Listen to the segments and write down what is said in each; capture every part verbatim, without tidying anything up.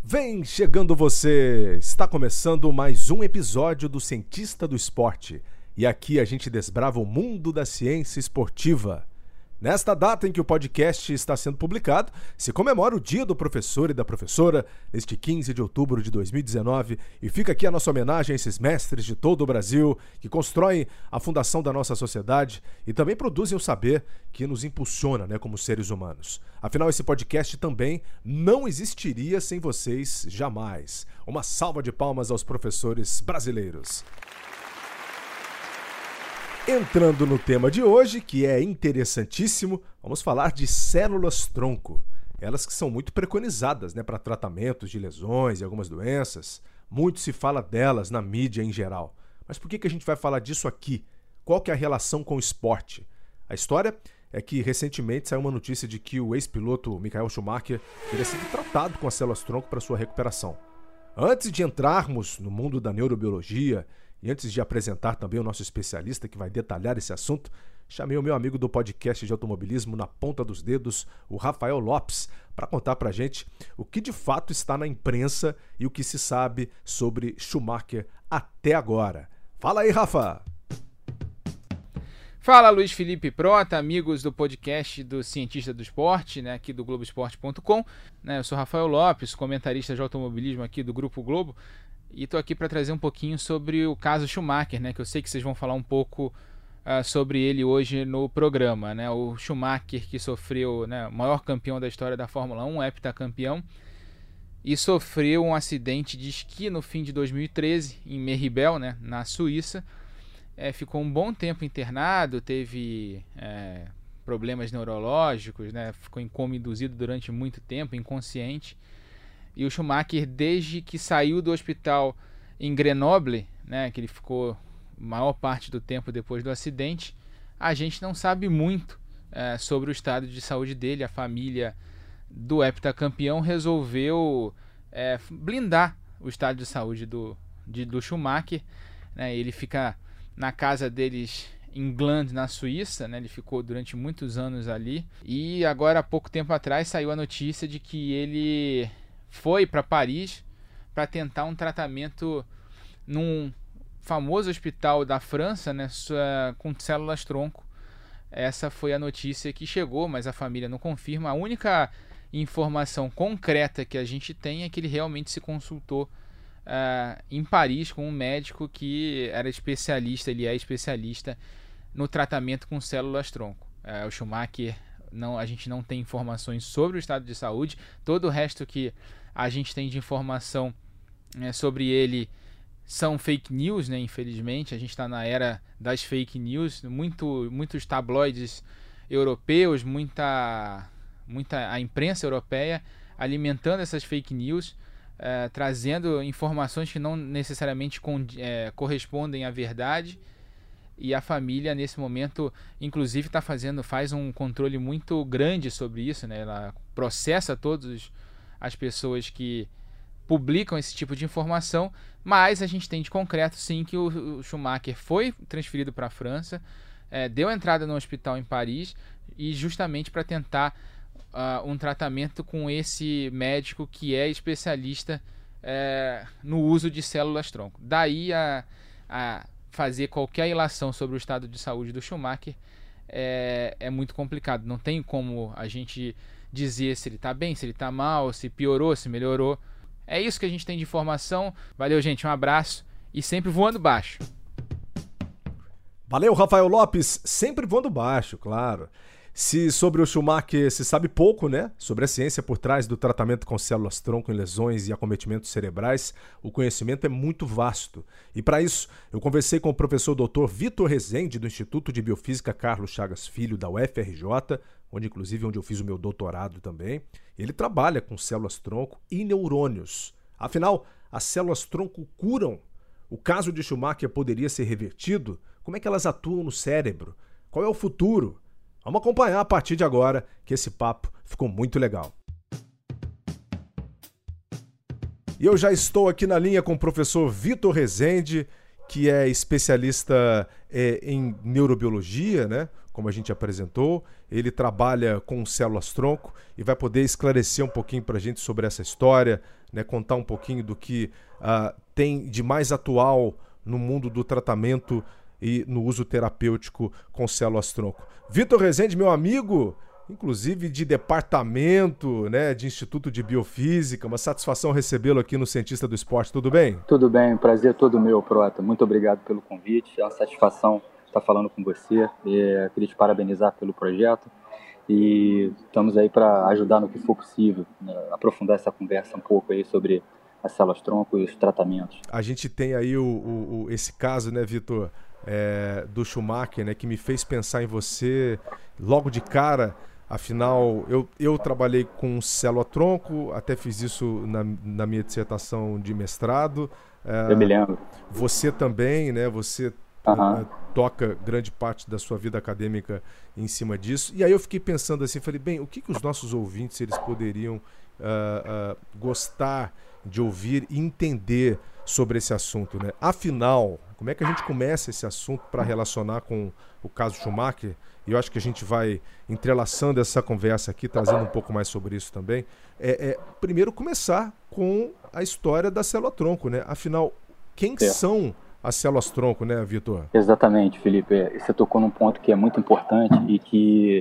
Vem chegando você! Está começando mais um episódio do Cientista do Esporte. E aqui a gente desbrava o mundo da ciência esportiva. Nesta data em que o podcast está sendo publicado, se comemora o Dia do Professor e da Professora, neste quinze de outubro de dois mil e dezenove, e fica aqui a nossa homenagem a esses mestres de todo o Brasil que constroem a fundação da nossa sociedade e também produzem o saber que nos impulsiona, né, como seres humanos. Afinal, esse podcast também não existiria sem vocês jamais. Uma salva de palmas aos professores brasileiros. Entrando no tema de hoje, que é interessantíssimo, vamos falar de células-tronco. Elas que são muito preconizadas, né, para tratamentos de lesões e algumas doenças. Muito se fala delas na mídia em geral. Mas por que que a gente vai falar disso aqui? Qual que é a relação com o esporte? A história é que recentemente saiu uma notícia de que o ex-piloto Michael Schumacher teria sido tratado com as células-tronco para sua recuperação. Antes de entrarmos no mundo da neurobiologia e antes de apresentar também o nosso especialista que vai detalhar esse assunto, chamei o meu amigo do podcast de automobilismo na ponta dos dedos, o Rafael Lopes, para contar para a gente o que de fato está na imprensa e o que se sabe sobre Schumacher até agora. Fala aí, Rafa! Fala, Luiz Felipe Prota, amigos do podcast do Cientista do Esporte, né, aqui do globo esporte ponto com. Né, eu sou Rafael Lopes, comentarista de automobilismo aqui do Grupo Globo. E estou aqui para trazer um pouquinho sobre o caso Schumacher, né, que eu sei que vocês vão falar um pouco uh, sobre ele hoje no programa. Né, o Schumacher que sofreu, né, o maior campeão da história da Fórmula um, heptacampeão, e sofreu um acidente de esqui no fim de dois mil e treze, em Meribel, né, na Suíça. É, ficou um bom tempo internado, teve é, problemas neurológicos, né, ficou em coma induzido durante muito tempo, inconsciente. E o Schumacher, desde que saiu do hospital em Grenoble, né, que ele ficou a maior parte do tempo depois do acidente, a gente não sabe muito é, sobre o estado de saúde dele. A família do heptacampeão resolveu é, blindar o estado de saúde do, de, do Schumacher. Né, ele fica na casa deles em Gland, na Suíça, né, ele ficou durante muitos anos ali. E agora, há pouco tempo atrás, saiu a notícia de que ele foi para Paris para tentar um tratamento num famoso hospital da França, né, com células-tronco. Essa foi a notícia que chegou, mas a família não confirma. A única informação concreta que a gente tem é que ele realmente se consultou uh, em Paris com um médico que era especialista, ele é especialista no tratamento com células-tronco. Uh, o Schumacher, não, a gente não tem informações sobre o estado de saúde. Todo o resto que a gente tem de informação é, sobre ele são fake news, né? Infelizmente, a gente está na era das fake news. Muito, muitos tabloides europeus, muita, muita a imprensa europeia alimentando essas fake news, é, trazendo informações que não necessariamente con, é, correspondem à verdade. E a família, nesse momento, inclusive, tá fazendo, faz um controle muito grande sobre isso, né? Ela processa todas as pessoas que publicam esse tipo de informação, mas a gente tem de concreto, sim, que o, o Schumacher foi transferido para a França, é, deu entrada no hospital em Paris, e justamente para tentar uh, um tratamento com esse médico que é especialista é, no uso de células-tronco. Daí a... a fazer qualquer ilação sobre o estado de saúde do Schumacher é, é muito complicado. Não tem como a gente dizer se ele está bem, se ele está mal, se piorou, se melhorou. É isso que a gente tem de informação. Valeu, gente, um abraço e sempre voando baixo. Valeu, Rafael Lopes, sempre voando baixo, claro. Se sobre o Schumacher se sabe pouco, né, sobre a ciência por trás do tratamento com células-tronco em lesões e acometimentos cerebrais, o conhecimento é muito vasto. E para isso, eu conversei com o professor doutor Vitor Rezende, do Instituto de Biofísica Carlos Chagas Filho, da U F R J, onde inclusive onde eu fiz o meu doutorado também. Ele trabalha com células-tronco e neurônios. Afinal, as células-tronco curam? O caso de Schumacher poderia ser revertido? Como é que elas atuam no cérebro? Qual é o futuro? Vamos acompanhar a partir de agora, que esse papo ficou muito legal. E eu já estou aqui na linha com o professor Vitor Rezende, que é especialista é, em neurobiologia, né? como a gente apresentou. Ele trabalha com células-tronco e vai poder esclarecer um pouquinho para a gente sobre essa história, né, contar um pouquinho do que uh, tem de mais atual no mundo do tratamento e no uso terapêutico com células-tronco. Vitor Rezende, meu amigo, inclusive de departamento, né, de Instituto de Biofísica, uma satisfação recebê-lo aqui no Cientista do Esporte, tudo bem? Tudo bem, prazer todo meu, Prota. Muito obrigado pelo convite, é uma satisfação estar falando com você. Eu queria te parabenizar pelo projeto e estamos aí para ajudar no que for possível, né, aprofundar essa conversa um pouco aí sobre as células-tronco e os tratamentos. A gente tem aí o, o, o, esse caso, né, Vitor, é, do Schumacher, né, que me fez pensar em você logo de cara. Afinal, eu, eu trabalhei com célula-tronco, até fiz isso na, na minha dissertação de mestrado. É, eu me lembro. Você também, né? Você uhum. uh, toca grande parte da sua vida acadêmica em cima disso. E aí eu fiquei pensando assim, falei, bem, o que, que os nossos ouvintes eles poderiam uh, uh, gostar de ouvir e entender sobre esse assunto, né? Afinal, como é que a gente começa esse assunto para relacionar com o caso Schumacher? E eu acho que a gente vai entrelaçando essa conversa aqui, trazendo um pouco mais sobre isso também. É, é primeiro começar com a história da célula-tronco, né? Afinal, quem é. são as células-tronco, né, Vitor? Exatamente, Felipe. Você tocou num ponto que é muito importante e que,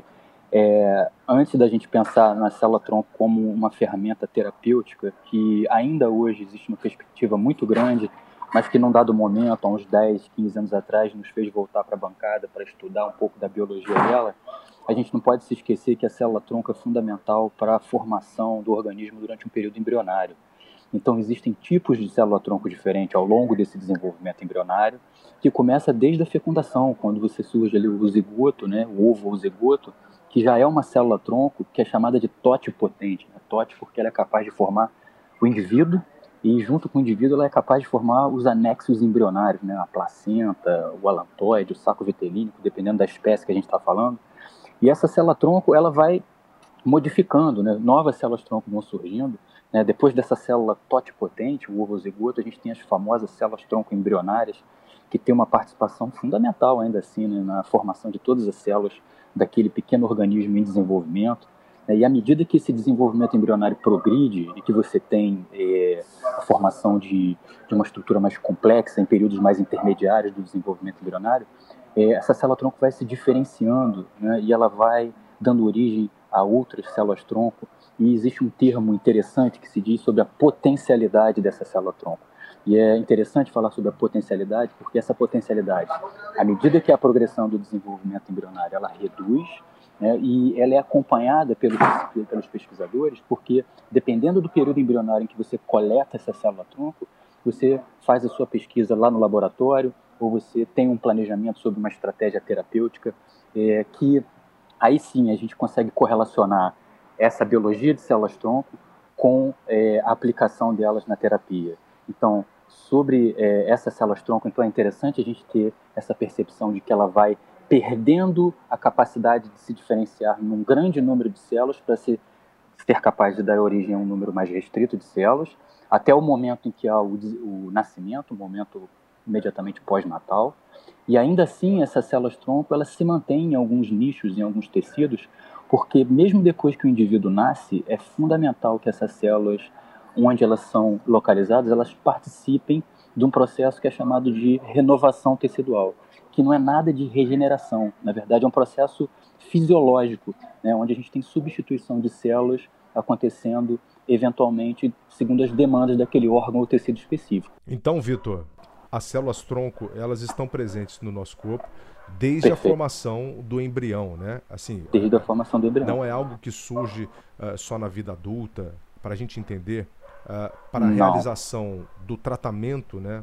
é, antes da gente pensar na célula-tronco como uma ferramenta terapêutica, que ainda hoje existe uma perspectiva muito grande, mas que num dado momento, há uns dez, quinze anos atrás, nos fez voltar para a bancada para estudar um pouco da biologia dela, a gente não pode se esquecer que a célula-tronco é fundamental para a formação do organismo durante um período embrionário. Então, existem tipos de célula-tronco diferentes ao longo desse desenvolvimento embrionário, que começa desde a fecundação, quando você surge ali o zigoto, né, o ovo ou zigoto, que já é uma célula-tronco que é chamada de totipotente. Né? Tote porque ela é capaz de formar o indivíduo, e junto com o indivíduo ela é capaz de formar os anexos embrionários, né? A placenta, o alantoide, o saco vitelínico, dependendo da espécie que a gente está falando. E essa célula-tronco ela vai modificando, né? Novas células-tronco vão surgindo. Né? Depois dessa célula totipotente, o ovozigoto, a gente tem as famosas células-tronco embrionárias, que tem uma participação fundamental ainda assim, né? Na formação de todas as células daquele pequeno organismo em desenvolvimento. E à medida que esse desenvolvimento embrionário progride e que você tem é, a formação de, de uma estrutura mais complexa em períodos mais intermediários do desenvolvimento embrionário, é, essa célula-tronco vai se diferenciando, né, e ela vai dando origem a outras células-tronco. E existe um termo interessante que se diz sobre a potencialidade dessa célula-tronco. E é interessante falar sobre a potencialidade porque essa potencialidade, à medida que a progressão do desenvolvimento embrionário ela reduz, né, e ela é acompanhada pelos, pelos pesquisadores, porque dependendo do período embrionário em que você coleta essa célula-tronco, você faz a sua pesquisa lá no laboratório, ou você tem um planejamento sobre uma estratégia terapêutica, é, que aí sim a gente consegue correlacionar essa biologia de células-tronco com é, a aplicação delas na terapia. Então, sobre é, essas células-tronco, então é interessante a gente ter essa percepção de que ela vai perdendo a capacidade de se diferenciar num grande número de células para ser, ser capaz de dar origem a um número mais restrito de células, até o momento em que há o, o nascimento, o momento imediatamente pós-natal. E ainda assim, essas células-tronco elas se mantêm em alguns nichos, em alguns tecidos, porque mesmo depois que o indivíduo nasce, é fundamental que essas células, onde elas são localizadas, elas participem de um processo que é chamado de renovação tecidual, que não é nada de regeneração, na verdade é um processo fisiológico, né, onde a gente tem substituição de células acontecendo eventualmente segundo as demandas daquele órgão ou tecido específico. Então, Vitor, as células-tronco, elas estão presentes no nosso corpo desde Perfeito. a formação do embrião, né? Assim, desde a formação do embrião. Não é algo que surge uh, só na vida adulta, para a gente entender. Uh, para a não. realização do tratamento, né,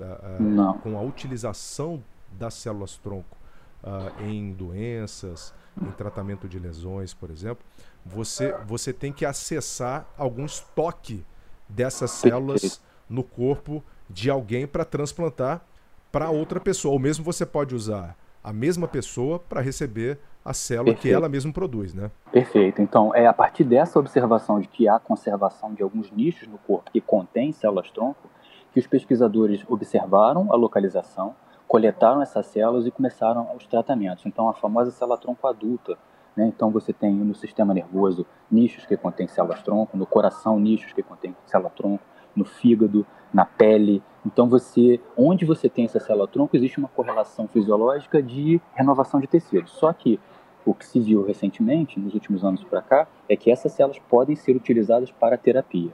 uh, uh, com a utilização das células-tronco uh, em doenças, em tratamento de lesões, por exemplo, você, você tem que acessar algum estoque dessas células no corpo de alguém para transplantar para outra pessoa. Ou mesmo você pode usar a mesma pessoa para receber a célula Perfeito. que ela mesma produz, né? Perfeito. Então, é a partir dessa observação de que há conservação de alguns nichos no corpo que contêm células-tronco que os pesquisadores observaram a localização, coletaram essas células e começaram os tratamentos. Então, a famosa célula-tronco adulta, né? Então, você tem no sistema nervoso nichos que contêm células-tronco, no coração nichos que contêm célula-tronco, no fígado, na pele. Então, você, onde você tem essa célula-tronco, existe uma correlação fisiológica de renovação de tecidos. Só que o que se viu recentemente, nos últimos anos para cá, é que essas células podem ser utilizadas para terapia.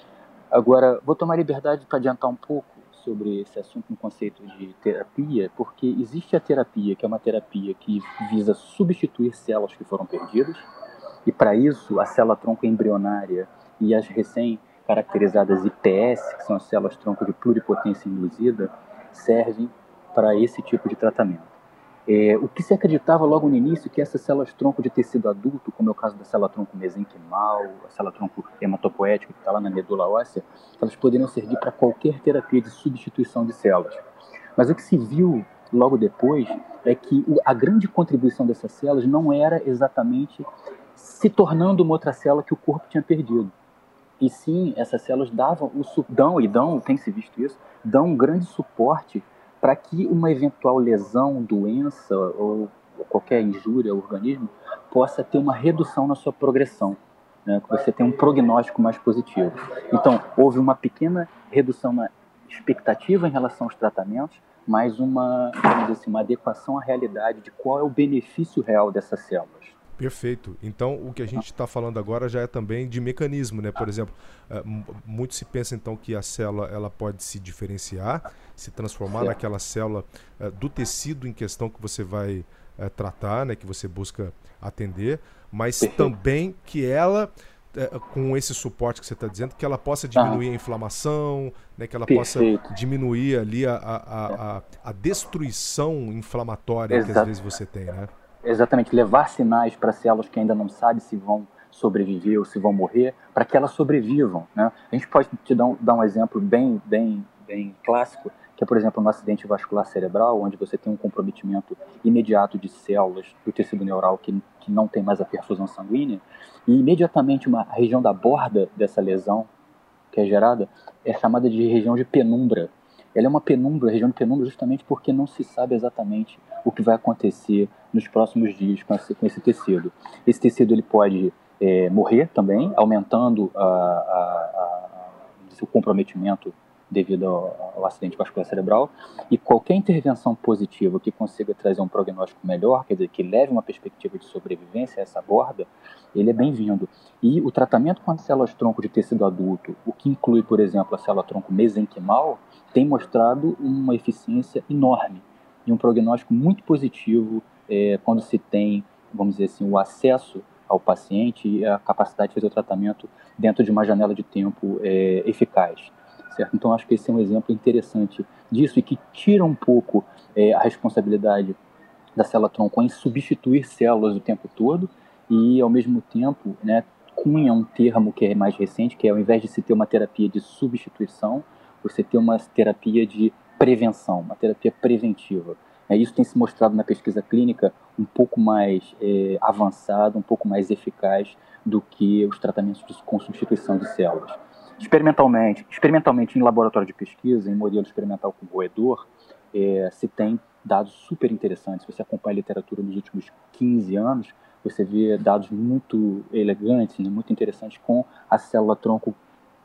Agora, vou tomar liberdade para adiantar um pouco sobre esse assunto no conceito de terapia, porque existe a terapia, que é uma terapia que visa substituir células que foram perdidas, e para isso a célula-tronco embrionária e as recém-caracterizadas I P S, que são as células-tronco de pluripotência induzida, servem para esse tipo de tratamento. É, o que se acreditava logo no início que essas células-tronco de tecido adulto, como é o caso da célula-tronco mesenquimal, a célula-tronco hematopoética que está lá na medula óssea, elas poderiam servir para qualquer terapia de substituição de células. Mas o que se viu logo depois é que a grande contribuição dessas células não era exatamente se tornando uma outra célula que o corpo tinha perdido. E sim, essas células davam, o, dão, e dão, tem se visto isso, dão um grande suporte para que uma eventual lesão, doença ou qualquer injúria ao organismo possa ter uma redução na sua progressão, né? Que você tenha um prognóstico mais positivo. Então, houve uma pequena redução na expectativa em relação aos tratamentos, mas uma, vamos dizer assim, uma adequação à realidade de qual é o benefício real dessas células. Perfeito. Então, o que a gente está falando agora já é também de mecanismo, né? Por exemplo, muito se pensa então que a célula ela pode se diferenciar, se transformar certo. naquela célula do tecido em questão que você vai tratar, né? Que você busca atender, mas Perfeito. também que ela, com esse suporte que você está dizendo, que ela possa diminuir ah. a inflamação, né? Que ela Perfeito. possa diminuir ali a, a, a, a destruição inflamatória Exato. que às vezes você tem, né? Exatamente, levar sinais para células que ainda não sabem se vão sobreviver ou se vão morrer, para que elas sobrevivam, né? A gente pode te dar um, dar um exemplo bem, bem, bem clássico, que é, por exemplo, no acidente vascular cerebral, onde você tem um comprometimento imediato de células do tecido neural que, que não tem mais a perfusão sanguínea, e imediatamente uma, a região da borda dessa lesão que é gerada é chamada de região de penumbra. Ela é uma penumbra, região de penumbra, justamente porque não se sabe exatamente o que vai acontecer nos próximos dias com esse, com esse tecido. Esse tecido ele pode é, morrer também, aumentando a, a, a, a, o comprometimento devido ao, ao acidente vascular cerebral, e qualquer intervenção positiva que consiga trazer um prognóstico melhor, quer dizer, que leve uma perspectiva de sobrevivência a essa borda, ele é bem-vindo. E o tratamento com as células-tronco de tecido adulto, o que inclui, por exemplo, a célula-tronco mesenquimal, tem mostrado uma eficiência enorme e um prognóstico muito positivo é, quando se tem, vamos dizer assim, o acesso ao paciente e a capacidade de fazer o tratamento dentro de uma janela de tempo é, eficaz. Certo? Então, acho que esse é um exemplo interessante disso e que tira um pouco é, a responsabilidade da célula-tronco em substituir células o tempo todo e, ao mesmo tempo, né, cunha um termo que é mais recente, que é, ao invés de se ter uma terapia de substituição, você ter uma terapia de prevenção, uma terapia preventiva. É, isso tem se mostrado na pesquisa clínica um pouco mais é, avançado, um pouco mais eficaz do que os tratamentos de, com substituição de células. Experimentalmente, experimentalmente em laboratório de pesquisa, em modelo experimental com roedor, é, se tem dados super interessantes. Se você acompanha a literatura nos últimos quinze anos, você vê dados muito elegantes, né, muito interessantes com a célula-tronco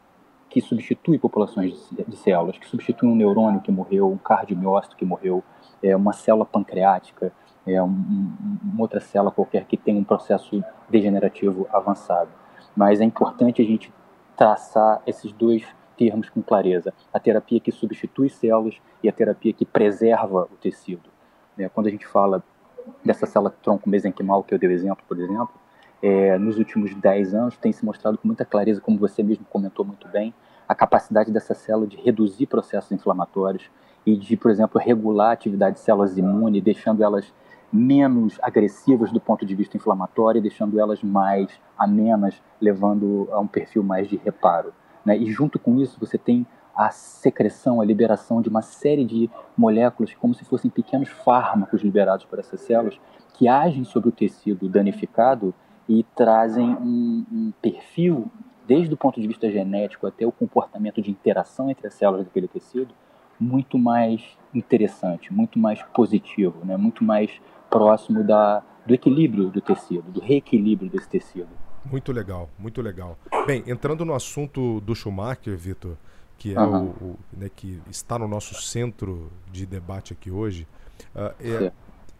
que substitui populações de, de células, que substitui um neurônio que morreu, um cardiomiócito que morreu, é, uma célula pancreática, é, um, um, uma outra célula qualquer que tem um processo degenerativo avançado. Mas é importante a gente traçar esses dois termos com clareza. A terapia que substitui células e a terapia que preserva o tecido. É, quando a gente fala dessa célula-tronco mesenquimal, que eu dei o exemplo, por exemplo, é, nos últimos dez anos tem se mostrado com muita clareza, como você mesmo comentou muito bem, a capacidade dessa célula de reduzir processos inflamatórios e de, por exemplo, regular a atividade de células imunes, deixando elas menos agressivas do ponto de vista inflamatório, deixando elas mais amenas, levando a um perfil mais de reparo, né? E junto com isso você tem a secreção, a liberação de uma série de moléculas como se fossem pequenos fármacos liberados por essas células que agem sobre o tecido danificado e trazem um, um perfil, desde o ponto de vista genético até o comportamento de interação entre as células daquele tecido, muito mais interessante, muito mais positivo, né? Muito mais próximo da, do equilíbrio do tecido, do reequilíbrio desse tecido. Muito legal, muito legal. Bem, entrando no assunto do Schumacher, Vitor, que é Uhum. o, o né, que está no nosso centro de debate aqui hoje, uh, é,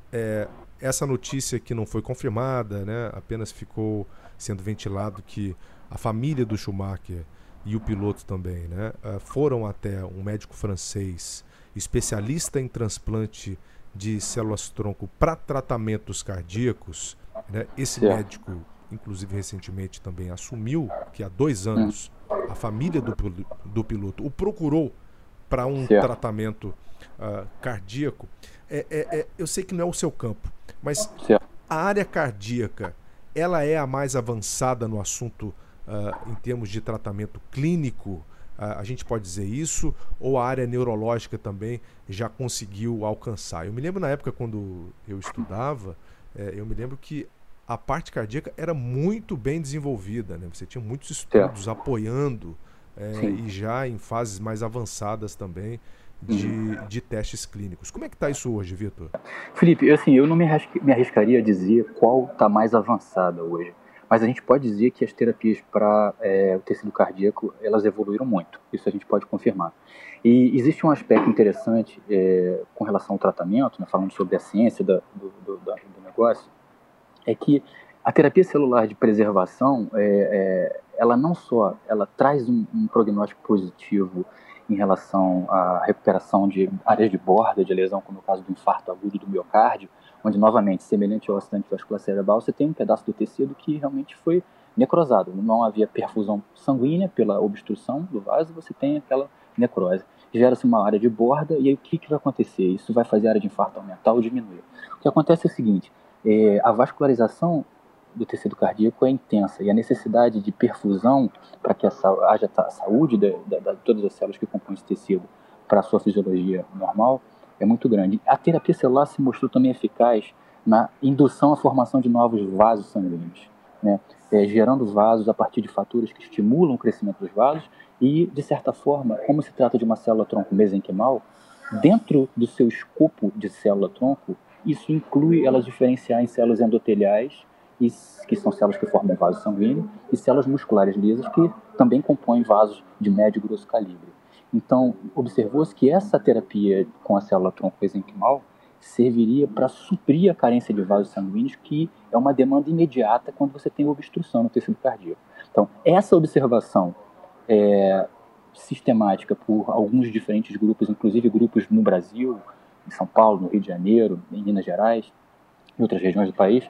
é, essa notícia que não foi confirmada, né, apenas ficou sendo ventilado que a família do Schumacher e o piloto também, né, uh, foram até um médico francês especialista em transplante de células-tronco para tratamentos cardíacos, né? Esse certo. médico, inclusive recentemente também assumiu que há dois anos a família do, do piloto o procurou para um certo. tratamento uh, cardíaco. É, é, é, eu sei que não é o seu campo, mas certo. a área cardíaca, ela é a mais avançada no assunto uh, em termos de tratamento clínico? Uh, a gente pode dizer isso? Ou a área neurológica também já conseguiu alcançar? Eu me lembro na época quando eu estudava, eh, eu me lembro que a parte cardíaca era muito bem desenvolvida, né? Você tinha muitos estudos certo. apoiando é, e já em fases mais avançadas também de, uhum. de testes clínicos. Como é que está isso hoje, Vitor? Felipe, assim, eu não me, arrisca, me arriscaria a dizer qual está mais avançada hoje, mas a gente pode dizer que as terapias para é, o tecido cardíaco, elas evoluíram muito, isso a gente pode confirmar. E existe um aspecto interessante é, com relação ao tratamento, né, falando sobre a ciência da, do, do, do negócio, é que a terapia celular de preservação, é, é, ela não só ela traz um, um prognóstico positivo em relação à recuperação de áreas de borda de lesão, como no caso do infarto agudo do miocárdio, onde, novamente, semelhante ao acidente vascular cerebral, você tem um pedaço do tecido que realmente foi necrosado. Não havia perfusão sanguínea pela obstrução do vaso, você tem aquela necrose. Gera-se uma área de borda, e aí o que, que vai acontecer? Isso vai fazer a área de infarto aumentar ou diminuir. O que acontece é o seguinte, É, a vascularização do tecido cardíaco é intensa e a necessidade de perfusão para que essa, haja a saúde de, de, de todas as células que compõem esse tecido para a sua fisiologia normal é muito grande. A terapia celular se mostrou também eficaz na indução à formação de novos vasos sanguíneos, né? é, gerando vasos a partir de fatores que estimulam o crescimento dos vasos e, de certa forma, como se trata de uma célula-tronco mesenquimal, dentro do seu escopo de célula-tronco, isso inclui elas diferenciar em células endoteliais, que são células que formam vaso sanguíneo, e células musculares lisas, que também compõem vasos de médio e grosso calibre. Então, observou-se que essa terapia com a célula-tronco mesenquimal serviria para suprir a carência de vasos sanguíneos, que é uma demanda imediata quando você tem obstrução no tecido cardíaco. Então, essa observação é, sistemática por alguns diferentes grupos, inclusive grupos no Brasil, em São Paulo, no Rio de Janeiro, em Minas Gerais, em outras regiões do país,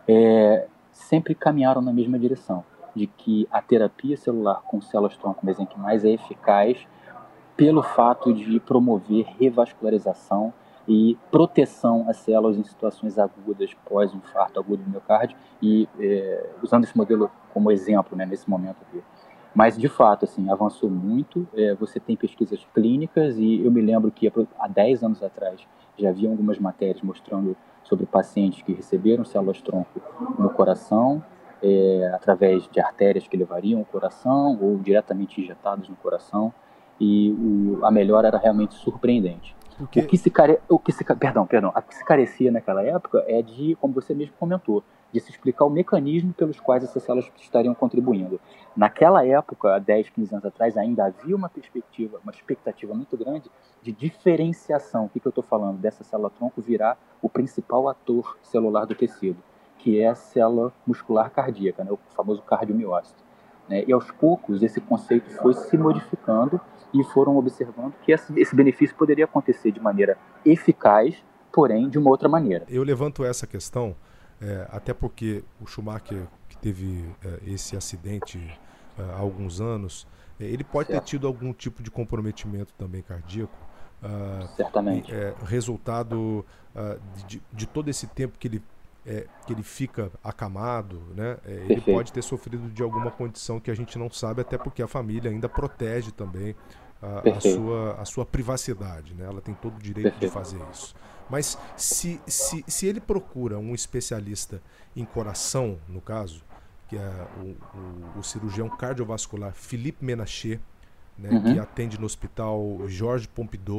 é, sempre caminharam na mesma direção, de que a terapia celular com células-tronco mesenquimais é eficaz pelo fato de promover revascularização e proteção às células em situações agudas pós-infarto agudo do miocárdio, e é, usando esse modelo como exemplo, né, nesse momento aqui. Mas, de fato, assim, avançou muito, é, você tem pesquisas clínicas, e eu me lembro que há dez anos atrás já havia algumas matérias mostrando sobre pacientes que receberam células-tronco no coração, é, através de artérias que levariam o coração, ou diretamente injetadas no coração, e o, a melhora era realmente surpreendente. Porque... O que se care... o que se... Perdão, perdão, o que se carecia naquela época é de, como você mesmo comentou, de se explicar o mecanismo pelos quais essas células estariam contribuindo. Naquela época, há dez, quinze anos atrás, ainda havia uma perspectiva, uma expectativa muito grande de diferenciação. O que, que eu estou falando? Dessa célula-tronco virar o principal ator celular do tecido, que é a célula muscular cardíaca, né? O famoso cardiomiócito. Né? E aos poucos esse conceito foi se modificando e foram observando que esse benefício poderia acontecer de maneira eficaz, porém de uma outra maneira. Eu levanto essa questão é, até porque o Schumacher, que teve é, esse acidente é, há alguns anos, é, ele pode certo. ter tido algum tipo de comprometimento também cardíaco. Uh, Certamente. É, resultado uh, de, de todo esse tempo que ele É, que ele fica acamado, né? É, ele pode ter sofrido de alguma condição que a gente não sabe, até porque a família ainda protege também a, a, sua, a sua privacidade, né? Ela tem todo o direito Perfeito. de fazer isso. Mas se, se, se ele procura um especialista em coração, no caso, que é o, o, o cirurgião cardiovascular Philippe Ménacher, né? uhum. que atende no hospital Georges Pompidou,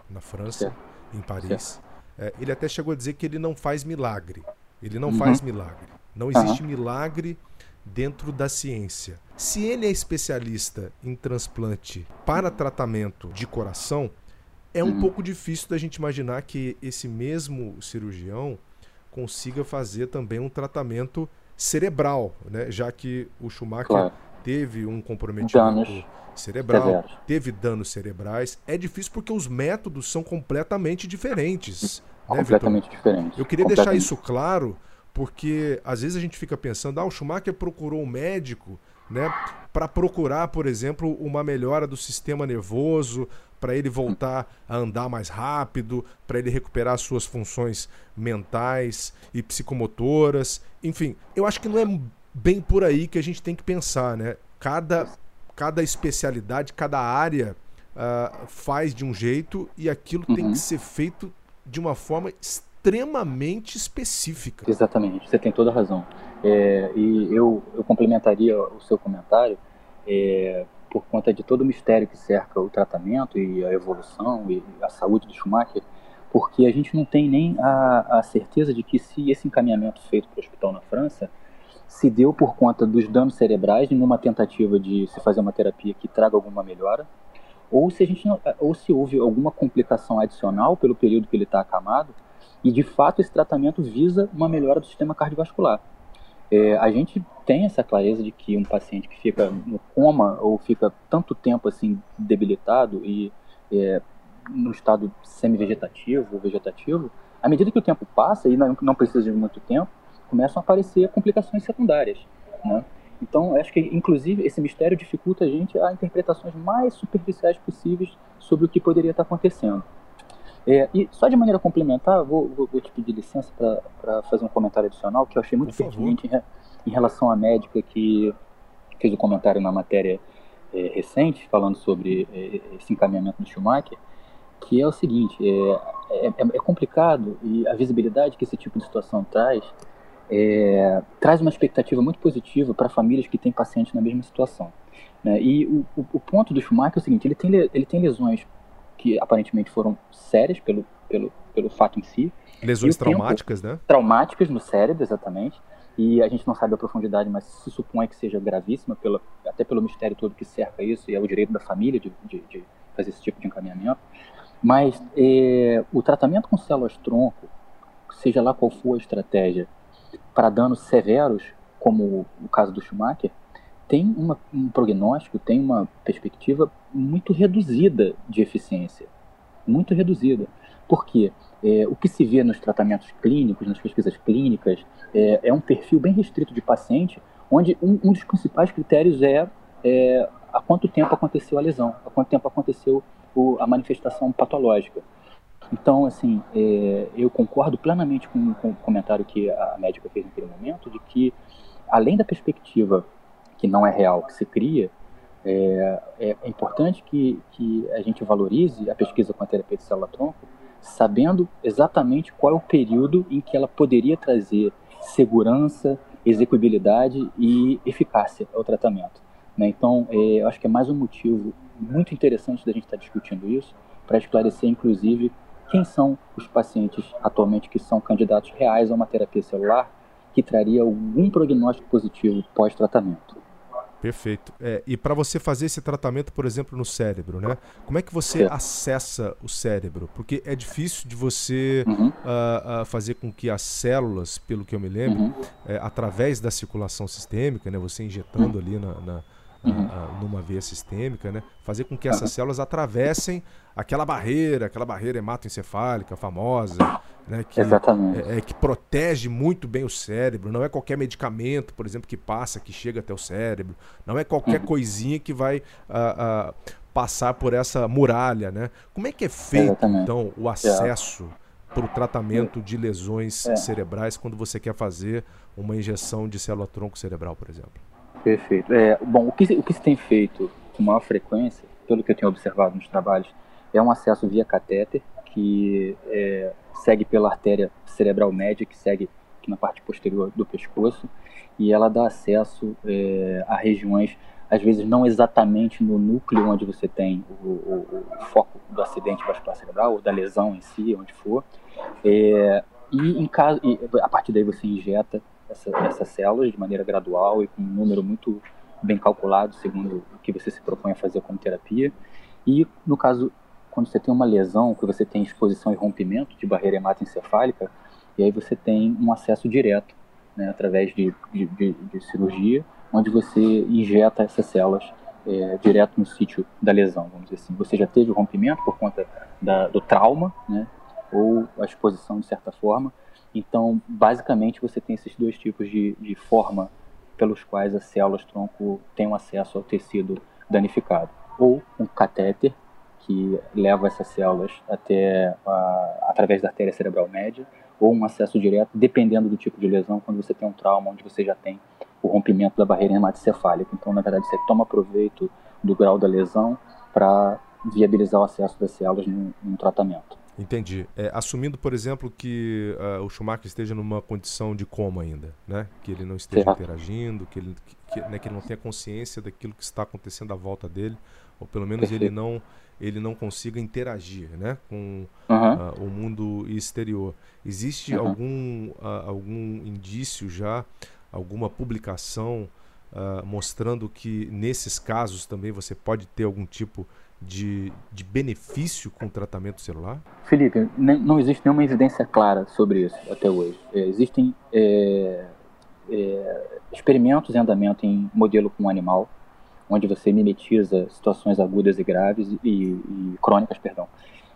na França, certo. em Paris. É, ele até chegou a dizer que ele não faz milagre. Ele não Uhum. faz milagre. Não existe Uhum. milagre dentro da ciência. Se ele é especialista em transplante para tratamento de coração, é um Uhum. pouco difícil da gente imaginar que esse mesmo cirurgião consiga fazer também um tratamento cerebral, né? Já que o Schumacher Claro. teve um comprometimento Danos cerebral, severos. teve danos cerebrais. É difícil porque os métodos são completamente diferentes, né, Vitor? Completamente diferente. Eu queria deixar Completamente. isso claro, porque às vezes a gente fica pensando, ah, o Schumacher procurou um médico, né, para procurar, por exemplo, uma melhora do sistema nervoso, para ele voltar a andar mais rápido, para ele recuperar suas funções mentais e psicomotoras. Enfim, eu acho que não é bem por aí que a gente tem que pensar, né? Cada, cada especialidade, cada área uh, faz de um jeito e aquilo Uhum. tem que ser feito de uma forma extremamente específica. Exatamente, você tem toda a razão. É, e eu, eu complementaria o seu comentário é, por conta de todo o mistério que cerca o tratamento e a evolução e a saúde do Schumacher, porque a gente não tem nem a, a certeza de que se esse encaminhamento feito para o hospital na França se deu por conta dos danos cerebrais numa tentativa de se fazer uma terapia que traga alguma melhora, ou se, a gente não, ou se houve alguma complicação adicional pelo período que ele está acamado, e de fato esse tratamento visa uma melhora do sistema cardiovascular. É, a gente tem essa clareza de que um paciente que fica no coma ou fica tanto tempo assim debilitado e é, no estado semi-vegetativo ou vegetativo, à medida que o tempo passa, e não, não precisa de muito tempo, começam a aparecer complicações secundárias, né? Então, acho que, inclusive, esse mistério dificulta a gente a interpretações mais superficiais possíveis sobre o que poderia estar acontecendo. É, e só de maneira complementar, vou, vou, vou te pedir licença para fazer um comentário adicional que eu achei muito pertinente em, re, em relação à médica que fez o comentário na matéria é, recente, falando sobre é, esse encaminhamento do Schumacher, que é o seguinte, é, é, é complicado e a visibilidade que esse tipo de situação traz é, traz uma expectativa muito positiva para famílias que têm pacientes na mesma situação, né? E o, o, o ponto do Schumacher é o seguinte, ele tem, ele tem lesões que aparentemente foram sérias pelo, pelo, pelo fato em si. Lesões traumáticas, né? Traumáticas no cérebro, exatamente. E a gente não sabe a profundidade, mas se supõe que seja gravíssima, pela, até pelo mistério todo que cerca isso, e é o direito da família de, de, de fazer esse tipo de encaminhamento. Mas é, o tratamento com células-tronco, seja lá qual for a estratégia, para danos severos, como o caso do Schumacher, tem uma, um prognóstico, tem uma perspectiva muito reduzida de eficiência. Muito reduzida. Por quê? É, o que se vê nos tratamentos clínicos, nas pesquisas clínicas, é, é um perfil bem restrito de paciente, onde um, um dos principais critérios é, é há quanto tempo aconteceu a lesão, há quanto tempo aconteceu o, a manifestação patológica. Então, assim, é, eu concordo plenamente com, com o comentário que a médica fez naquele momento, de que, além da perspectiva que não é real, que se cria, é, é, é importante que, que a gente valorize a pesquisa com a terapia de célula-tronco, sabendo exatamente qual é o período em que ela poderia trazer segurança, execuibilidade e eficácia ao tratamento, né? Então, é, eu acho que é mais um motivo muito interessante da gente estar discutindo isso, para esclarecer, inclusive, quem são os pacientes atualmente que são candidatos reais a uma terapia celular que traria algum prognóstico positivo pós-tratamento. Perfeito. É, e para você fazer esse tratamento, por exemplo, no cérebro, né? Como é que você certo. acessa o cérebro? Porque é difícil de você uhum. uh, uh, fazer com que as células, pelo que eu me lembro, uhum. é, através da circulação sistêmica, né? Você injetando uhum. ali na, na, uhum. uh, uh, numa veia sistêmica, né? Fazer com que essas uhum. células atravessem aquela barreira, aquela barreira hematoencefálica famosa, né, que, é, é, que protege muito bem o cérebro. Não é qualquer medicamento, por exemplo, que passa, que chega até o cérebro. Não é qualquer uhum. coisinha que vai uh, uh, passar por essa muralha, né? Como é que é feito, Exatamente. então, o acesso é. para o tratamento de lesões é. cerebrais quando você quer fazer uma injeção de célula-tronco cerebral, por exemplo? Perfeito. É, bom, o que, o que se tem feito com maior frequência, pelo que eu tenho observado nos trabalhos, é um acesso via catéter, que é, segue pela artéria cerebral média, que segue aqui na parte posterior do pescoço, e ela dá acesso é, a regiões às vezes não exatamente no núcleo onde você tem o, o, o foco do acidente vascular cerebral, ou da lesão em si, onde for, é, e, em caso, e a partir daí você injeta essa, essas células de maneira gradual e com um número muito bem calculado, segundo o que você se propõe a fazer como terapia. E no caso, quando você tem uma lesão, que você tem exposição e rompimento de barreira hematoencefálica, e aí você tem um acesso direto, né, através de, de, de, de cirurgia, onde você injeta essas células é, direto no sítio da lesão, vamos dizer assim. Você já teve o rompimento por conta da, do trauma, né, ou a exposição de certa forma. Então, basicamente, você tem esses dois tipos de, de forma pelos quais as células-tronco têm um acesso ao tecido danificado. Ou um catéter, que leva essas células até a, através da artéria cerebral média, ou um acesso direto, dependendo do tipo de lesão, quando você tem um trauma onde você já tem o rompimento da barreira hematoencefálica. Então, na verdade, você toma proveito do grau da lesão para viabilizar o acesso das células no, no tratamento. Entendi. É, assumindo, por exemplo, que uh, o Schumacher esteja numa condição de coma ainda, né? Que ele não esteja certo. interagindo, que ele, que, né, que ele não tenha consciência daquilo que está acontecendo à volta dele, ou pelo menos ele não, ele não consiga interagir, né, com uhum. uh, o mundo exterior. Existe uhum. algum, uh, algum indício já, alguma publicação uh, mostrando que nesses casos também você pode ter algum tipo de, de benefício com o tratamento celular? Felipe, não existe nenhuma evidência clara sobre isso até hoje. É, existem é, é, experimentos em andamento em modelo com animal, onde você mimetiza situações agudas e graves e, e crônicas, perdão.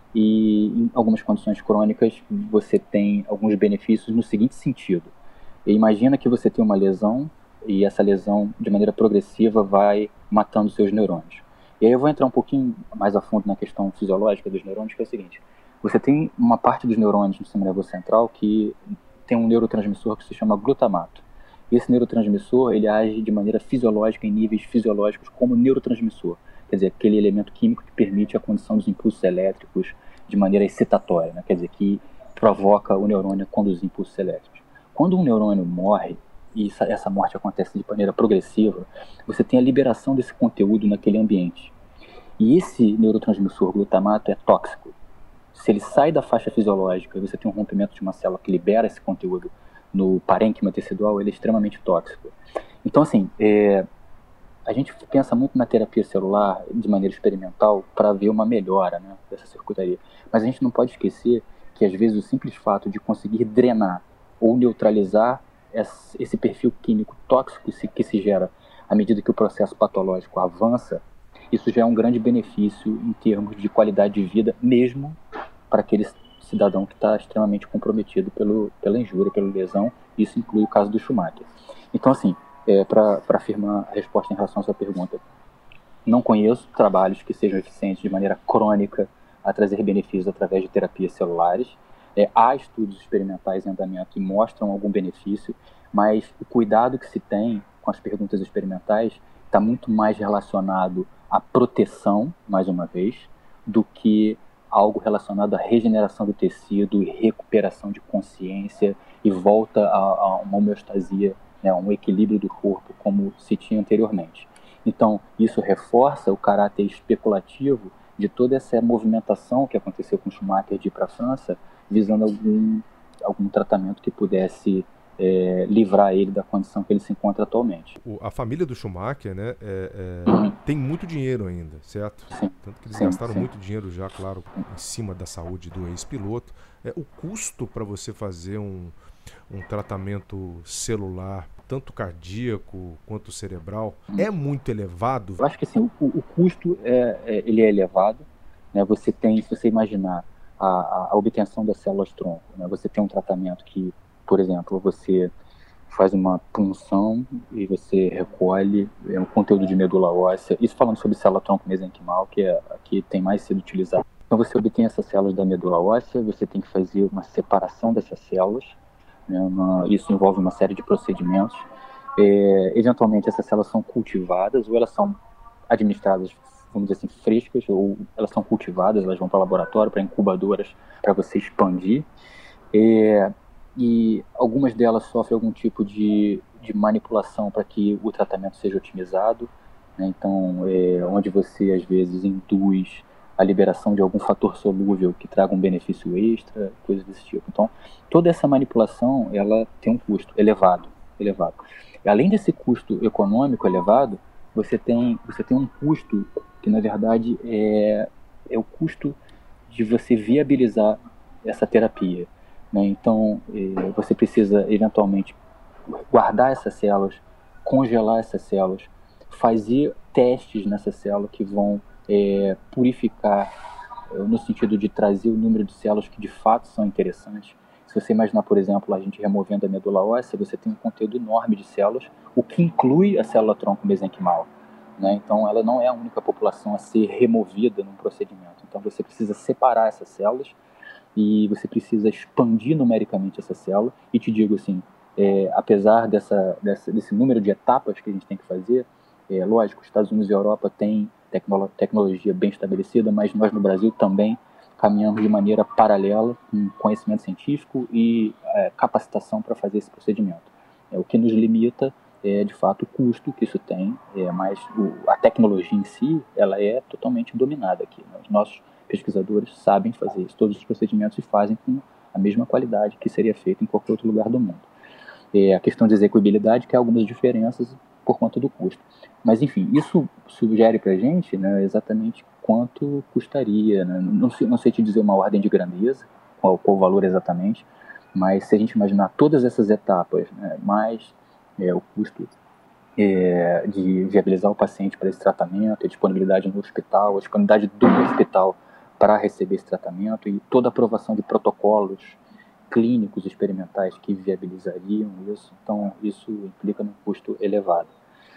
E em algumas condições crônicas você tem alguns benefícios no seguinte sentido. Imagina que você tem uma lesão e essa lesão, de maneira progressiva, vai matando seus neurônios. E aí eu vou entrar um pouquinho mais a fundo na questão fisiológica dos neurônios, que é o seguinte. Você tem uma parte dos neurônios no sistema nervoso central que tem um neurotransmissor que se chama glutamato. E esse neurotransmissor, ele age de maneira fisiológica, em níveis fisiológicos, como neurotransmissor. Quer dizer, aquele elemento químico que permite a condução dos impulsos elétricos de maneira excitatória, né? Quer dizer, que provoca o neurônio a conduzir impulsos elétricos. Quando um neurônio morre, e essa morte acontece de maneira progressiva, você tem a liberação desse conteúdo naquele ambiente. E esse neurotransmissor glutamato é tóxico. Se ele sai da faixa fisiológica e você tem um rompimento de uma célula que libera esse conteúdo no parênquima tecidual, ele é extremamente tóxico. Então, assim, é, a gente pensa muito na terapia celular de maneira experimental para ver uma melhora, né, dessa circuitaria. Mas a gente não pode esquecer que, às vezes, o simples fato de conseguir drenar ou neutralizar esse perfil químico tóxico que se gera à medida que o processo patológico avança, isso já é um grande benefício em termos de qualidade de vida, mesmo para aquele cidadão que está extremamente comprometido pelo, pela injúria, pela lesão. Isso inclui o caso do Schumacher. Então, assim, é, para afirmar a resposta em relação à sua pergunta, não conheço trabalhos que sejam eficientes de maneira crônica a trazer benefícios através de terapias celulares. É, há estudos experimentais em andamento que mostram algum benefício, mas o cuidado que se tem com as perguntas experimentais está muito mais relacionado à proteção, mais uma vez, do que algo relacionado à regeneração do tecido e recuperação de consciência e volta a, a uma homeostasia, né, a um equilíbrio do corpo como se tinha anteriormente. Então, isso reforça o caráter especulativo de toda essa movimentação que aconteceu com o Schumacher de ir para a França, visando algum, algum tratamento que pudesse é, livrar ele da condição que ele se encontra atualmente. O, a família do Schumacher, né, é, é, uhum. tem muito dinheiro ainda, certo? Sim. Tanto que eles sim, gastaram sim. muito dinheiro já, claro, em cima da saúde do ex-piloto. É, o custo para você fazer um, um tratamento celular, tanto cardíaco quanto cerebral, uhum. é muito elevado? Eu acho que assim, o, o custo é, é, ele é elevado. Né? Você tem, se você imaginar a, a obtenção das células-tronco, né? Você tem um tratamento que, por exemplo, você faz uma punção e você recolhe um conteúdo de medula óssea, isso falando sobre célula-tronco mesenquimal, que é a que tem mais sido utilizada. Então você obtém essas células da medula óssea, você tem que fazer uma separação dessas células, né? uma, isso envolve uma série de procedimentos. É, eventualmente essas células são cultivadas ou elas são administradas, vamos dizer assim, frescas, ou elas são cultivadas, elas vão para o laboratório, para incubadoras, para você expandir. É, e algumas delas sofrem algum tipo de, de manipulação para que o tratamento seja otimizado. né? Então, é, onde você, às vezes, induz a liberação de algum fator solúvel que traga um benefício extra, coisas desse tipo. Então, toda essa manipulação, ela tem um custo elevado, elevado. E além desse custo econômico elevado, você tem, você tem um custo que, na verdade, é, é o custo de você viabilizar essa terapia, né? Então, é, você precisa, eventualmente, guardar essas células, congelar essas células, fazer testes nessa célula que vão é, purificar, é, no sentido de trazer o número de células que de fato são interessantes. Se você imaginar, por exemplo, a gente removendo a medula óssea, você tem um conteúdo enorme de células, o que inclui a célula-tronco mesenquimal, né? Então, ela não é a única população a ser removida num procedimento. Então, você precisa separar essas células e você precisa expandir numericamente essa célula. E te digo assim, é, apesar dessa, dessa, desse número de etapas que a gente tem que fazer, é lógico, os Estados Unidos e a Europa têm tecno, tecnologia bem estabelecida, mas nós no Brasil também caminhamos de maneira paralela, com conhecimento científico e é, capacitação para fazer esse procedimento. É, o que nos limita é, de fato, o custo que isso tem, é, mas o, a tecnologia em si, ela é totalmente dominada aqui, né? Os nossos pesquisadores sabem fazer isso, todos os procedimentos se fazem com a mesma qualidade que seria feito em qualquer outro lugar do mundo. É, a questão de execuibilidade, que há algumas diferenças por conta do custo. Mas, enfim, isso sugere para a gente, né, exatamente quanto custaria, né? Não sei, não sei te dizer uma ordem de grandeza, qual, qual o valor exatamente, mas se a gente imaginar todas essas etapas, né, mais é, o custo é, de viabilizar o paciente para esse tratamento, a disponibilidade no hospital, a disponibilidade do hospital para receber esse tratamento e toda a aprovação de protocolos clínicos experimentais que viabilizariam isso, então isso implica num custo elevado.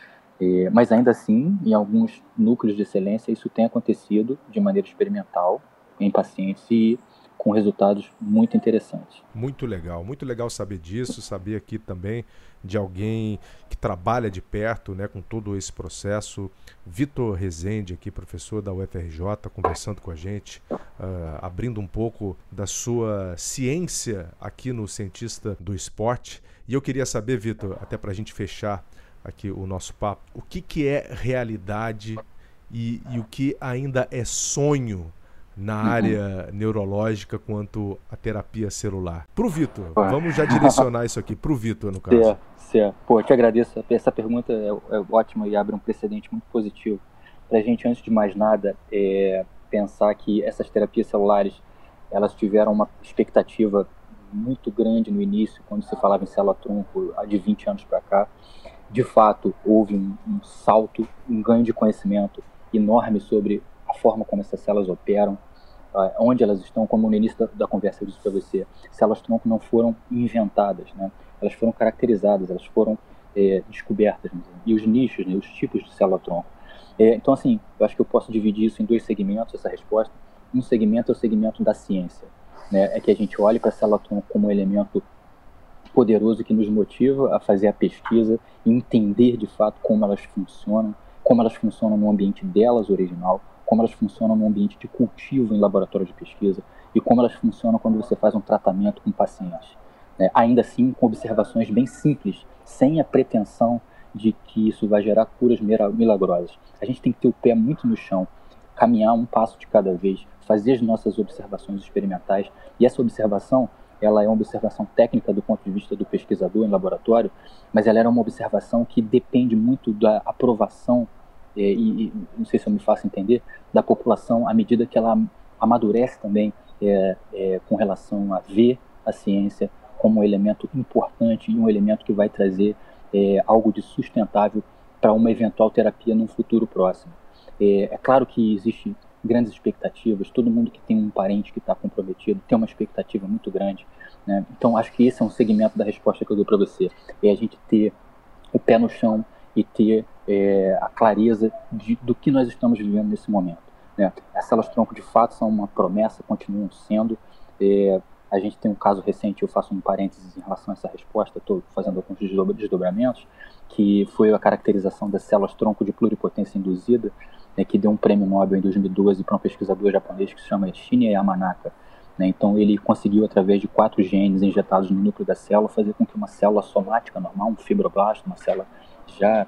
É, mas ainda assim, em alguns núcleos de excelência, isso tem acontecido de maneira experimental em pacientes e com resultados muito interessantes. Muito legal, muito legal saber disso, saber aqui também de alguém que trabalha de perto, né, com todo esse processo. Vitor Rezende, aqui, professor da U F R J, conversando com a gente, uh, abrindo um pouco da sua ciência aqui no Cientista do Esporte. E eu queria saber, Vitor, até para a gente fechar aqui o nosso papo, o que, que é realidade e, e o que ainda é sonho na área uhum. neurológica quanto à terapia celular. Para o Vitor, vamos já direcionar isso aqui, para o Vitor, no caso. Certo, certo. Pô, eu te agradeço. Essa pergunta é, é ótima e abre um precedente muito positivo para a gente, antes de mais nada, é, pensar que essas terapias celulares, elas tiveram uma expectativa muito grande no início, quando se falava em célula-tronco, de vinte anos para cá. De fato, houve um, um salto, um ganho de conhecimento enorme sobre a forma como essas células operam, uh, onde elas estão, como no início da, da conversa eu disse para você, células-tronco não foram inventadas, né? Elas foram caracterizadas, elas foram é, descobertas, né? E os nichos, né? Os tipos de célula-tronco. É, então, assim, eu acho que eu posso dividir isso em dois segmentos, essa resposta. Um segmento é o segmento da ciência, né? É que a gente olhe para a célula-tronco como um elemento poderoso que nos motiva a fazer a pesquisa e entender de fato como elas funcionam, como elas funcionam no ambiente delas original, como elas funcionam no ambiente de cultivo em laboratório de pesquisa e como elas funcionam quando você faz um tratamento com pacientes. É, ainda assim, com observações bem simples, sem a pretensão de que isso vai gerar curas milagrosas. A gente tem que ter o pé muito no chão, caminhar um passo de cada vez, fazer as nossas observações experimentais, e essa observação, ela é uma observação técnica do ponto de vista do pesquisador em laboratório, mas ela era uma observação que depende muito da aprovação é, e, e não sei se eu me faço entender, da população à medida que ela amadurece também é, é, com relação a ver a ciência como um elemento importante e um elemento que vai trazer é, algo de sustentável para uma eventual terapia num futuro próximo. É, é claro que existe grandes expectativas, todo mundo que tem um parente que está comprometido tem uma expectativa muito grande, né? Então acho que esse é um segmento da resposta que eu dou para você, é a gente ter o pé no chão e ter é, a clareza de, do que nós estamos vivendo nesse momento, né? As células-tronco de fato são uma promessa, continuam sendo. É, a gente tem um caso recente, eu faço um parênteses em relação a essa resposta, estou fazendo alguns desdobramentos, que foi a caracterização das células-tronco de pluripotência induzida, né, que deu um prêmio Nobel em dois mil e doze para um pesquisador japonês que se chama Shinya Yamanaka. Né? Então ele conseguiu, através de quatro genes injetados no núcleo da célula, fazer com que uma célula somática normal, um fibroblasto, uma célula já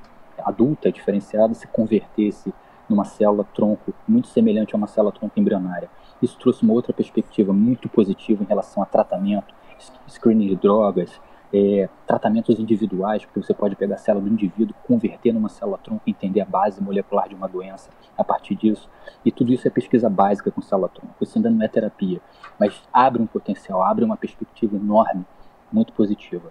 adulta, diferenciada, se convertesse numa célula-tronco muito semelhante a uma célula-tronco embrionária. Isso trouxe uma outra perspectiva muito positiva em relação a tratamento, screening de drogas, é, tratamentos individuais, porque você pode pegar a célula do indivíduo, converter numa célula-tronco e entender a base molecular de uma doença a partir disso. E tudo isso é pesquisa básica com célula-tronco. Isso ainda não é terapia, mas abre um potencial, abre uma perspectiva enorme, muito positiva.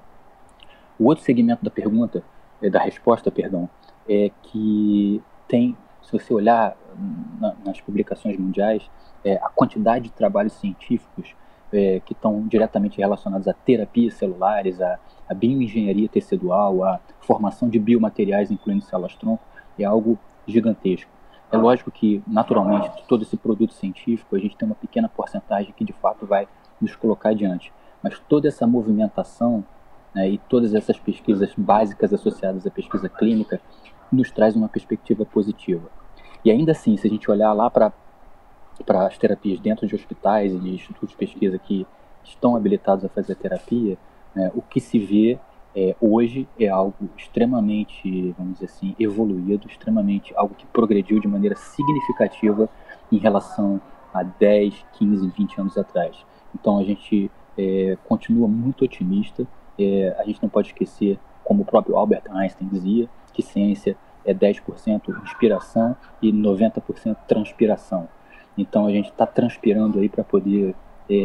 O outro segmento da pergunta, é, da resposta, perdão, é que tem, se você olhar na, nas publicações mundiais, é, a quantidade de trabalhos científicos é, que estão diretamente relacionados a terapias celulares, a, a bioengenharia tecidual, a formação de biomateriais, incluindo células-tronco, é algo gigantesco. É lógico que, naturalmente, de todo esse produto científico, a gente tem uma pequena porcentagem que, de fato, vai nos colocar adiante. Mas toda essa movimentação, né, e todas essas pesquisas básicas associadas à pesquisa clínica nos traz uma perspectiva positiva. E ainda assim, se a gente olhar lá para para as terapias dentro de hospitais e de institutos de pesquisa que estão habilitados a fazer terapia, né, o que se vê é, hoje é algo extremamente, vamos dizer assim, evoluído, extremamente algo que progrediu de maneira significativa em relação a dez, quinze, vinte anos atrás. Então a gente é, continua muito otimista. É, a gente não pode esquecer, como o próprio Albert Einstein dizia, que ciência é dez por cento inspiração e noventa por cento transpiração. Então a gente está transpirando aí para poder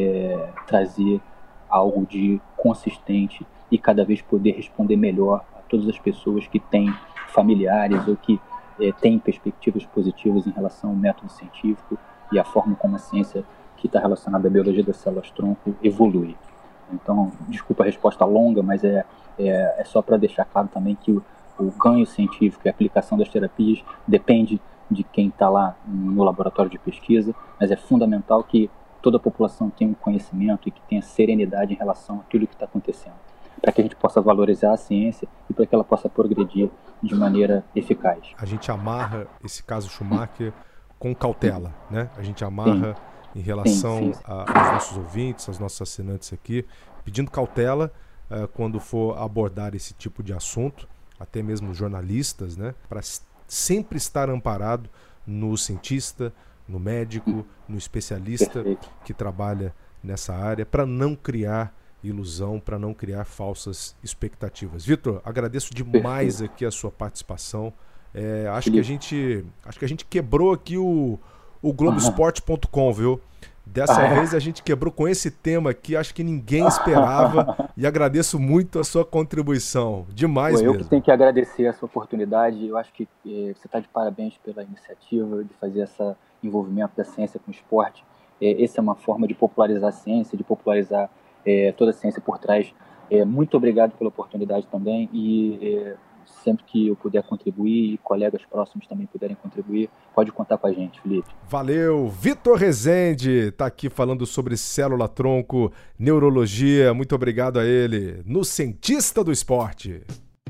é, trazer algo de consistente e cada vez poder responder melhor a todas as pessoas que têm familiares ou que é, têm perspectivas positivas em relação ao método científico e a forma como a ciência que está relacionada à biologia das células-tronco evolui. Então, desculpa a resposta longa, mas é, é, é só para deixar claro também que o, o ganho científico e a aplicação das terapias depende de quem está lá no laboratório de pesquisa, mas é fundamental que toda a população tenha um conhecimento e que tenha serenidade em relação a tudo que está acontecendo, para que a gente possa valorizar a ciência e para que ela possa progredir de maneira eficaz. A gente amarra esse caso Schumacher com cautela, né? A gente amarra sim. em relação sim, sim, sim. A, aos nossos ouvintes, aos nossos assinantes aqui, pedindo cautela uh, quando for abordar esse tipo de assunto, até mesmo jornalistas, né? Para sempre estar amparado no cientista, no médico, no especialista Perfeito. Que trabalha nessa área, para não criar ilusão, para não criar falsas expectativas. Vitor, agradeço demais Perfeito. Aqui a sua participação. É, acho, que a gente, acho que a gente quebrou aqui o, o Globoesporte ponto com, viu? Dessa ah, vez a gente quebrou com esse tema aqui, acho que ninguém esperava e agradeço muito a sua contribuição, demais Pô, eu mesmo. Eu que tenho que agradecer essa oportunidade, eu acho que eh, você está de parabéns pela iniciativa de fazer esse envolvimento da ciência com o esporte. Eh, essa é uma forma de popularizar a ciência, de popularizar eh, toda a ciência por trás. Eh, muito obrigado pela oportunidade também e eh, sempre que eu puder contribuir e colegas próximos também puderem contribuir, pode contar com a gente, Felipe. Valeu! Vitor Rezende está aqui falando sobre célula-tronco, neurologia. Muito obrigado a ele, no Cientista do Esporte.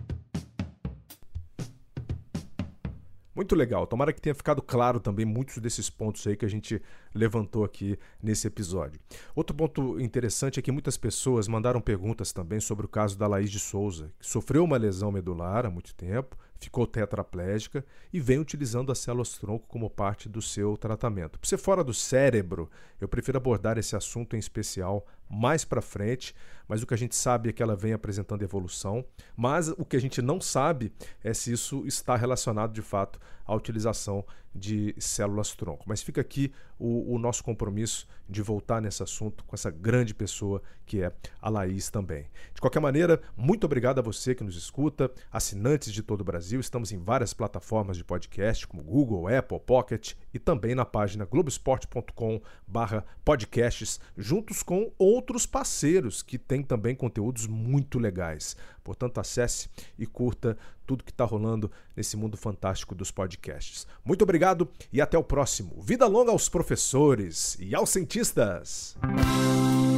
Muito legal. Tomara que tenha ficado claro também muitos desses pontos aí que a gente levantou aqui nesse episódio. Outro ponto interessante é que muitas pessoas mandaram perguntas também sobre o caso da Laís de Souza, que sofreu uma lesão medular há muito tempo, ficou tetraplégica e vem utilizando as células-tronco como parte do seu tratamento. Por ser fora do cérebro, eu prefiro abordar esse assunto em especial mais para frente, mas o que a gente sabe é que ela vem apresentando evolução, mas o que a gente não sabe é se isso está relacionado de fato à utilização de células-tronco. Mas fica aqui o, o nosso compromisso de voltar nesse assunto com essa grande pessoa que é a Laís também. De qualquer maneira, muito obrigado a você que nos escuta, assinantes de todo o Brasil. Estamos em várias plataformas de podcast, como Google, Apple, Pocket e também na página globoesporte ponto com barra podcasts, juntos com outros parceiros que têm também conteúdos muito legais. Portanto, acesse e curta tudo que está rolando nesse mundo fantástico dos podcasts. Muito obrigado e até o próximo. Vida longa aos professores e aos cientistas!